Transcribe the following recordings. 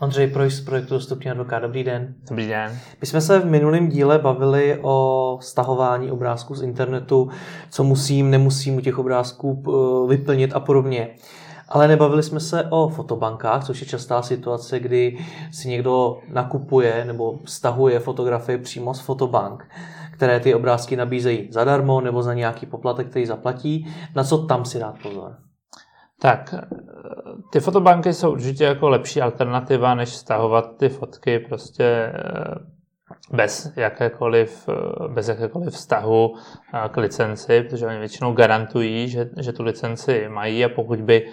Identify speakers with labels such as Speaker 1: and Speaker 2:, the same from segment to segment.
Speaker 1: Ondřej Projs z projektu Dostupný advokát. Dobrý den.
Speaker 2: Dobrý den.
Speaker 1: My jsme se v minulém díle bavili o stahování obrázků z internetu, co musím, nemusím u těch obrázků vyplnit a podobně. Ale nebavili jsme se o fotobankách, což je častá situace, kdy si někdo nakupuje nebo stahuje fotografie přímo z fotobank, které ty obrázky nabízejí zadarmo nebo za nějaký poplatek, který zaplatí. Na co tam si dát pozor?
Speaker 2: Tak, ty fotobanky jsou určitě jako lepší alternativa, než stahovat ty fotky prostě bez jakékoliv vztahu k licenci, protože oni většinou garantují, že tu licenci mají, a pokud by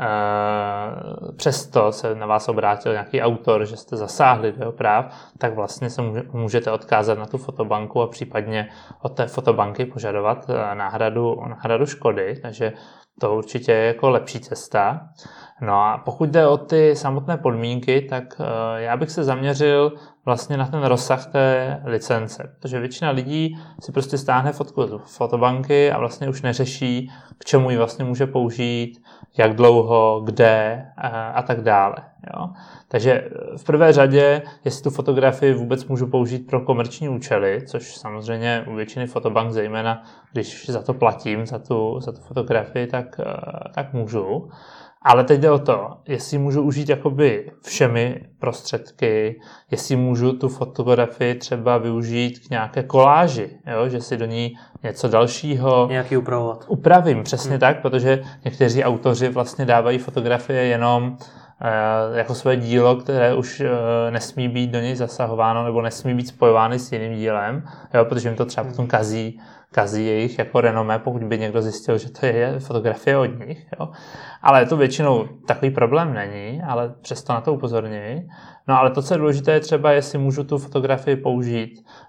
Speaker 2: přesto se na vás obrátil nějaký autor, že jste zasáhli do jeho práv, tak vlastně se můžete odkázat na tu fotobanku a případně od té fotobanky požadovat náhradu škody, takže to určitě je jako lepší cesta. No a pokud jde o ty samotné podmínky, tak já bych se zaměřil vlastně na ten rozsah té licence, protože většina lidí si prostě stáhne fotku z fotobanky a vlastně už neřeší, k čemu ji vlastně může použít, jak dlouho, kde a tak dále. Jo? Takže v prvé řadě, jestli tu fotografii vůbec můžu použít pro komerční účely, což samozřejmě u většiny fotobank, zejména když za to platím, za tu fotografii, tak můžu. Ale teď jde o to, jestli můžu užít jakoby všemi prostředky, jestli můžu tu fotografii třeba využít k nějaké koláži, jo? Že si do ní něco dalšího
Speaker 1: nějaký upravovat.
Speaker 2: Upravím, přesně tak, protože někteří autoři vlastně dávají fotografie jenom jako své dílo, které už nesmí být do něj zasahováno nebo nesmí být spojovány s jiným dílem, jo? Protože jim to třeba potom kazí jejich jako renomé, pokud by někdo zjistil, že to je fotografie od nich. Jo? Ale to většinou takový problém není, ale přesto na to upozorňuji. No ale to, co je důležité, je třeba, jestli můžu tu fotografii použít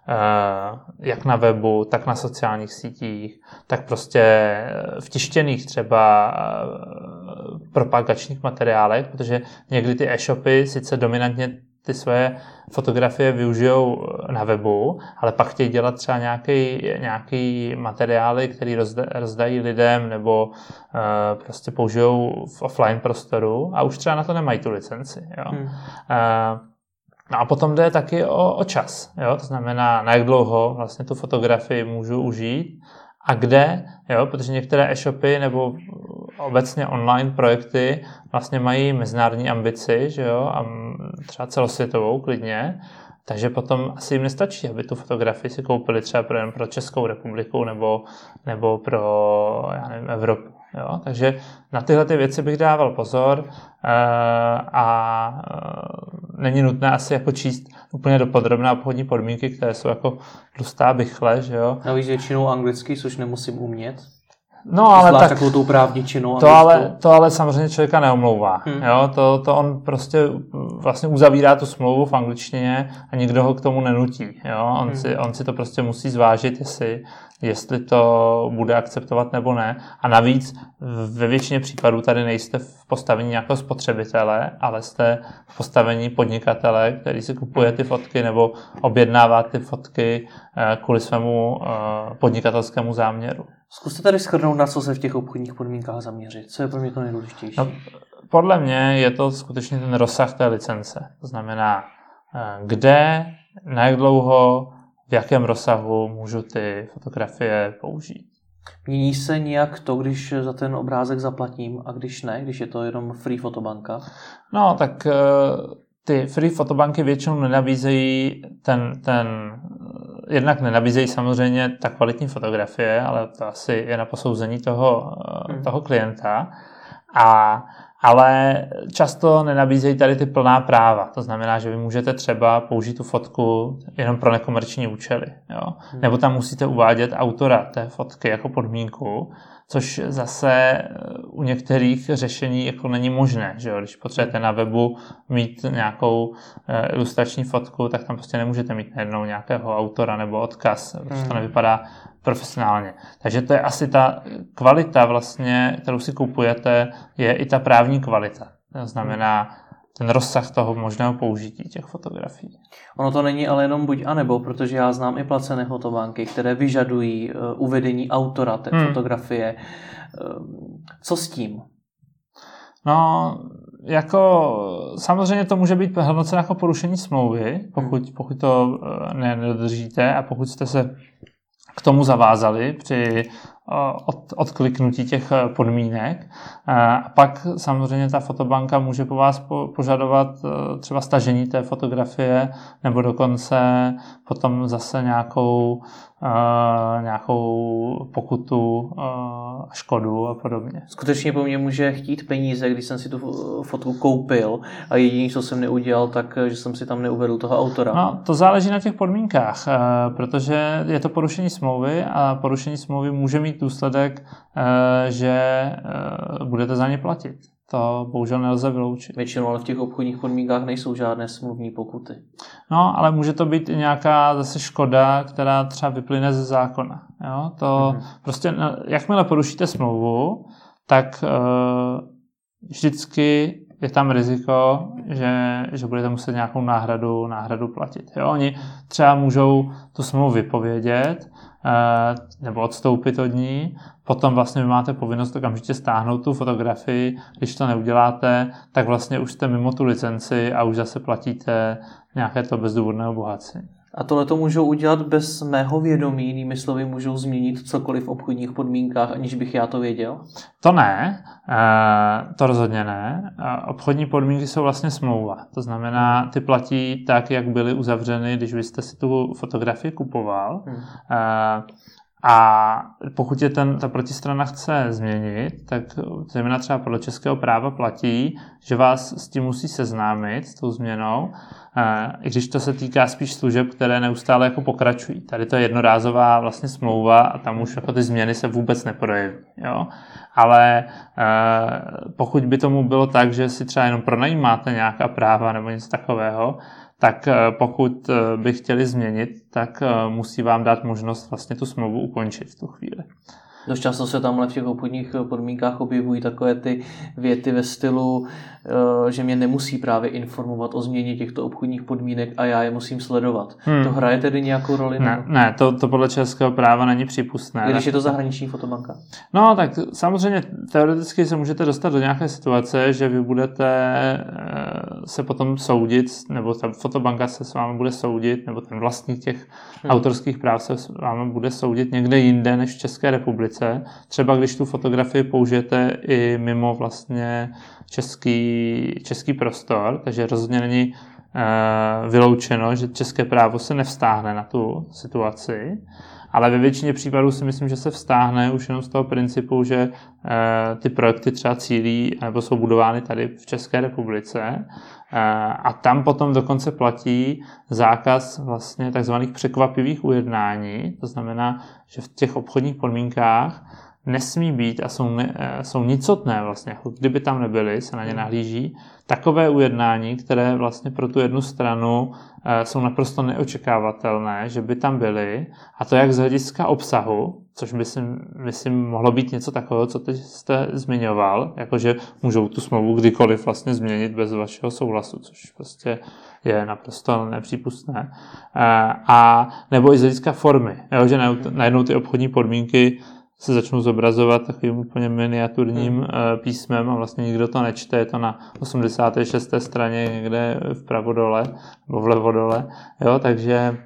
Speaker 2: jak na webu, tak na sociálních sítích, tak prostě v tištěných třeba propagačních materiálech, protože někdy ty e-shopy sice dominantně ty své fotografie využijou na webu, ale pak chtějí dělat třeba nějaký materiály, který rozdají lidem nebo prostě použijou v offline prostoru a už třeba na to nemají tu licenci. Jo? No a potom jde taky o čas. Jo? To znamená, na jak dlouho vlastně tu fotografii můžu užít a kde, jo? Protože některé e-shopy nebo obecně online projekty vlastně mají mezinárodní ambici, že jo? A třeba celosvětovou klidně, takže potom asi jim nestačí, aby tu fotografii si koupili třeba pro Českou republiku nebo pro, já nevím, Evropu. Jo? Takže na tyhle ty věci bych dával pozor a není nutné asi jako číst úplně dopodrobná obchodní podmínky, které jsou jako tlustá bychle, že jo.
Speaker 1: Navíc většinou anglicky, což nemusím umět.
Speaker 2: No, ale tak
Speaker 1: takovou tou právničinou.
Speaker 2: To ale samozřejmě člověka neomlouvá. Jo? To on prostě vlastně uzavírá tu smlouvu v angličtině a nikdo ho k tomu nenutí. Jo? On si to prostě musí zvážit, jestli to bude akceptovat nebo ne. A navíc ve většině případů tady nejste v postavení nějakého spotřebitele, ale jste v postavení podnikatele, který si kupuje ty fotky nebo objednává ty fotky kvůli svému podnikatelskému záměru.
Speaker 1: Zkuste tady shrnout, na co se v těch obchodních podmínkách zaměřit. Co je pro mě to nejdůležitější?
Speaker 2: No, podle mě je to skutečně ten rozsah té licence. To znamená, kde, na jak dlouho, v jakém rozsahu můžu ty fotografie použít.
Speaker 1: Mění se nějak to, když za ten obrázek zaplatím a když ne, když je to jenom free fotobanka?
Speaker 2: No, tak ty free fotobanky většinou nenabízejí jednak nenabízejí samozřejmě ta kvalitní fotografie, ale to asi je na posouzení toho klienta. Ale často nenabízejí tady ty plná práva. To znamená, že vy můžete třeba použít tu fotku jenom pro nekomerční účely. Jo? Nebo tam musíte uvádět autora té fotky jako podmínku, což zase u některých řešení jako není možné. Že jo? Když potřebujete na webu mít nějakou ilustrační fotku, tak tam prostě nemůžete mít najednou nějakého autora nebo odkaz, protože to nevypadá profesionálně. Takže to je asi ta kvalita vlastně, kterou si kupujete, je i ta právní kvalita. To znamená ten rozsah toho možného použití těch fotografií.
Speaker 1: Ono to není ale jenom buď a nebo, protože já znám i placené fotobanky, které vyžadují uvedení autora té fotografie. Co s tím?
Speaker 2: No, jako samozřejmě to může být hodnoceno jako porušení smlouvy, pokud to nedodržíte a pokud jste se k tomu zavázali při odkliknutí těch podmínek. A pak samozřejmě ta fotobanka může po vás požadovat třeba stažení té fotografie nebo dokonce potom zase nějakou pokutu, škodu a podobně.
Speaker 1: Skutečně po mně může chtít peníze, když jsem si tu fotku koupil a jediné, co jsem neudělal, tak že jsem si tam neuvedl toho autora.
Speaker 2: No, to záleží na těch podmínkách, protože je to porušení smlouvy a porušení smlouvy může mít důsledek, že budete za ně platit. To bohužel nelze vyloučit.
Speaker 1: Většinou ale v těch obchodních podmínkách nejsou žádné smluvní pokuty.
Speaker 2: No, ale může to být i nějaká zase škoda, která třeba vyplyne ze zákona. Jo? To prostě, jakmile porušíte smlouvu, tak vždycky je tam riziko, že budete muset nějakou náhradu platit. Jo? Oni třeba můžou tu smlouvu vypovědět nebo odstoupit od ní, potom vlastně vy máte povinnost okamžitě stáhnout tu fotografii, když to neuděláte, tak vlastně už jste mimo tu licenci a už zase platíte nějaké to bezdůvodné obohacení.
Speaker 1: A tohle to můžou udělat bez mého vědomí, jinými slovy můžou změnit cokoliv v obchodních podmínkách, aniž bych já to věděl?
Speaker 2: To ne, to rozhodně ne. Obchodní podmínky jsou vlastně smlouva. To znamená, ty platí tak, jak byly uzavřeny, když vy jste si tu fotografii kupoval. A pokud je ta protistrana chce změnit, tak zejména třeba podle českého práva platí, že vás s tím musí seznámit, s tou změnou, i když to se týká spíš služeb, které neustále jako pokračují. Tady to je jednorázová vlastně smlouva a tam už jako ty změny se vůbec neprojeví. Jo? Ale pokud by tomu bylo tak, že si třeba jenom pronajímáte nějaká práva nebo něco takového, tak pokud by chtěli změnit, tak musí vám dát možnost vlastně tu smlouvu ukončit v tu chvíli.
Speaker 1: Dost často se tamhle v těch obchodních podmínkách objevují takové ty věty ve stylu, že mě nemusí právě informovat o změně těchto obchodních podmínek a já je musím sledovat. To hraje tedy nějakou roli?
Speaker 2: Ne, to podle českého práva není přípustné.
Speaker 1: Když je to zahraniční fotobanka?
Speaker 2: No, tak samozřejmě teoreticky se můžete dostat do nějaké situace, že vy budete se potom soudit, nebo ta fotobanka se s vámi bude soudit, nebo ten vlastník těch autorských práv se s vámi bude soudit někde jinde než v České republice. Třeba když tu fotografii použijete i mimo vlastně český prostor, takže rozhodně není vyloučeno, že české právo se nevztáhne na tu situaci, ale ve většině případů si myslím, že se vztáhne už jenom z toho principu, že ty projekty třeba cílí nebo jsou budovány tady v České republice a tam potom dokonce platí zákaz vlastně takzvaných překvapivých ujednání, to znamená, že v těch obchodních podmínkách nesmí být a jsou nicotné vlastně, jako kdyby tam nebyly, se na ně nahlíží, takové ujednání, které vlastně pro tu jednu stranu jsou naprosto neočekávatelné, že by tam byly, a to jak z hlediska obsahu, což by si myslím mohlo být něco takového, co teď jste zmiňoval, jakože můžou tu smlouvu kdykoliv vlastně změnit bez vašeho souhlasu, což prostě je naprosto nepřípustné. A nebo i z hlediska formy, jo, že najednou ty obchodní podmínky se začnou zobrazovat takovým úplně miniaturním písmem a vlastně nikdo to nečte, je to na 86. straně někde vpravo dole nebo vlevo dole, jo, takže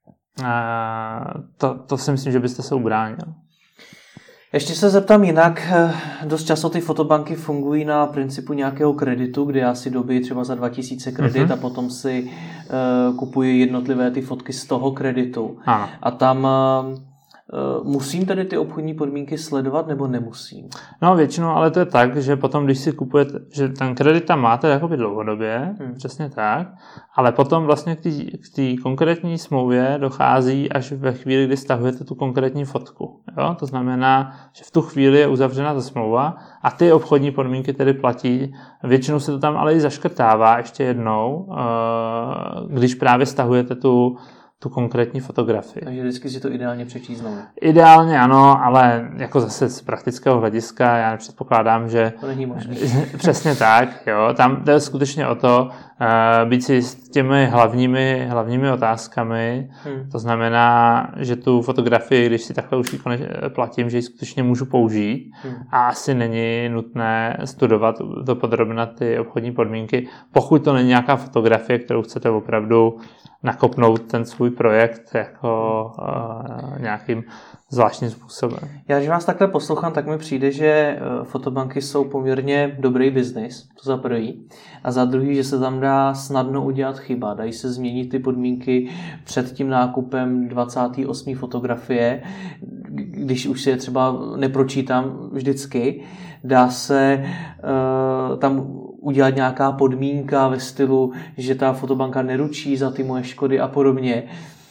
Speaker 2: to si myslím, že byste se ubránil.
Speaker 1: Ještě se zeptám jinak, dost často ty fotobanky fungují na principu nějakého kreditu, kdy já si dobiju třeba za 2000 kredit a potom si kupuji jednotlivé ty fotky z toho kreditu.
Speaker 2: Ano.
Speaker 1: A tam musím tedy ty obchodní podmínky sledovat nebo nemusím?
Speaker 2: No většinou, ale to je tak, že potom, když si kupujete, že ten kredit tam máte jakoby dlouhodobě, přesně tak, ale potom vlastně k té konkrétní smlouvě dochází až ve chvíli, kdy stahujete tu konkrétní fotku. Jo? To znamená, že v tu chvíli je uzavřena ta smlouva a ty obchodní podmínky tedy platí. Většinou se to tam ale i zaškrtává ještě jednou, když právě stahujete tu konkrétní fotografii.
Speaker 1: Takže vždycky si to ideálně přečíst znovu.
Speaker 2: Ideálně ano, ale jako zase z praktického hlediska já nepředpokládám, že...
Speaker 1: To není možné.
Speaker 2: Přesně tak, jo. Tam jde skutečně o to, být si s těmi hlavními otázkami. To znamená, že tu fotografii, když si takhle už ji platím, že ji skutečně můžu použít a asi není nutné studovat dopodrobna ty obchodní podmínky, pokud to není nějaká fotografie, kterou chcete opravdu nakopnout ten svůj projekt jako nějakým zvláštním způsobem.
Speaker 1: Já, když vás takhle poslouchám, tak mi přijde, že fotobanky jsou poměrně dobrý biznis, to za prvý. A za druhý, že se tam dá snadno udělat chyba. Dají se změnit ty podmínky před tím nákupem 28. fotografie, když už si je třeba nepročítám vždycky. Dá se tam udělat nějaká podmínka ve stylu, že ta fotobanka neručí za ty moje škody a podobně.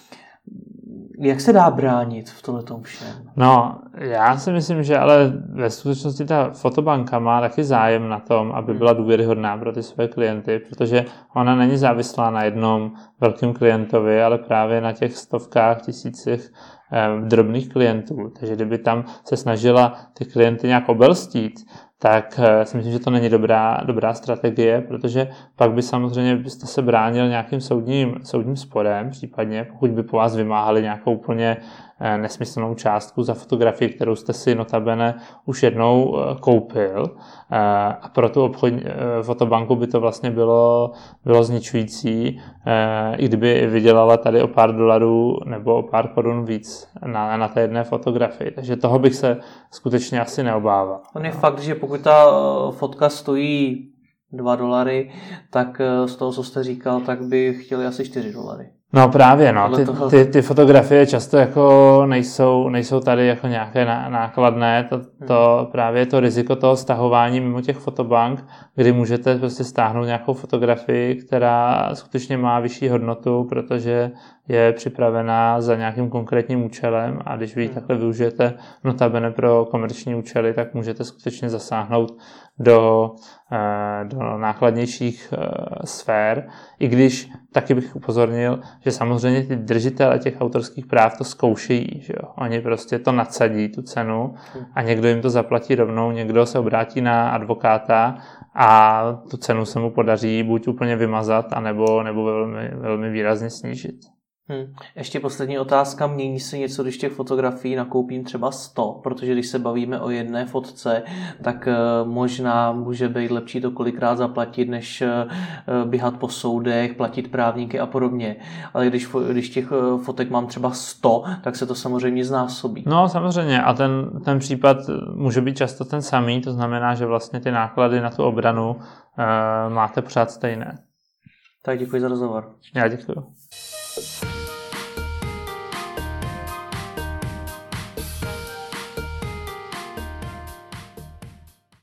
Speaker 1: Jak se dá bránit v tomhletom všem?
Speaker 2: No, já si myslím, že ale ve skutečnosti ta fotobanka má taky zájem na tom, aby byla důvěryhodná pro ty své klienty, protože ona není závislá na jednom velkém klientovi, ale právě na těch stovkách, tisících drobných klientů. Takže kdyby tam se snažila ty klienty nějak obelstít, tak si myslím, že to není dobrá strategie, protože pak by samozřejmě byste se bránil nějakým soudním sporem, případně pokud by po vás vymáhali nějakou úplně nesmyslnou částku za fotografii, kterou jste si notabene už jednou koupil, a pro tu fotobanku by to vlastně bylo zničující, i kdyby vydělala tady o pár dolarů nebo o pár korun víc na té jedné fotografii. Takže toho bych se skutečně asi neobával.
Speaker 1: On je fakt, že pokud ta fotka stojí $2, tak z toho, co jste říkal, tak by chtěli asi $4.
Speaker 2: No právě, no. Ty fotografie často jako nejsou tady jako nějaké nákladné. To právě to riziko toho stahování mimo těch fotobank, kdy můžete prostě stáhnout nějakou fotografii, která skutečně má vyšší hodnotu, protože je připravená za nějakým konkrétním účelem a když vy ji takhle využijete notabene pro komerční účely, tak můžete skutečně zasáhnout do nákladnějších sfér, i když taky bych upozornil, že samozřejmě ty držitelé těch autorských práv to zkoušejí, že jo? Oni prostě to nadsadí, tu cenu, a někdo jim to zaplatí rovnou, někdo se obrátí na advokáta a tu cenu se mu podaří buď úplně vymazat, anebo velmi, velmi výrazně snížit.
Speaker 1: Ještě poslední otázka. Mění se něco, když těch fotografií nakoupím třeba 100? Protože když se bavíme o jedné fotce, tak možná může být lepší to kolikrát zaplatit, než běhat po soudech, platit právníky a podobně. Ale když těch fotek mám třeba 100, tak se to samozřejmě znásobí.
Speaker 2: No samozřejmě, a ten případ může být často ten samý, to znamená, že vlastně ty náklady na tu obranu máte pořád stejné.
Speaker 1: Tak děkuji za rozhovor.
Speaker 2: Já děkuji.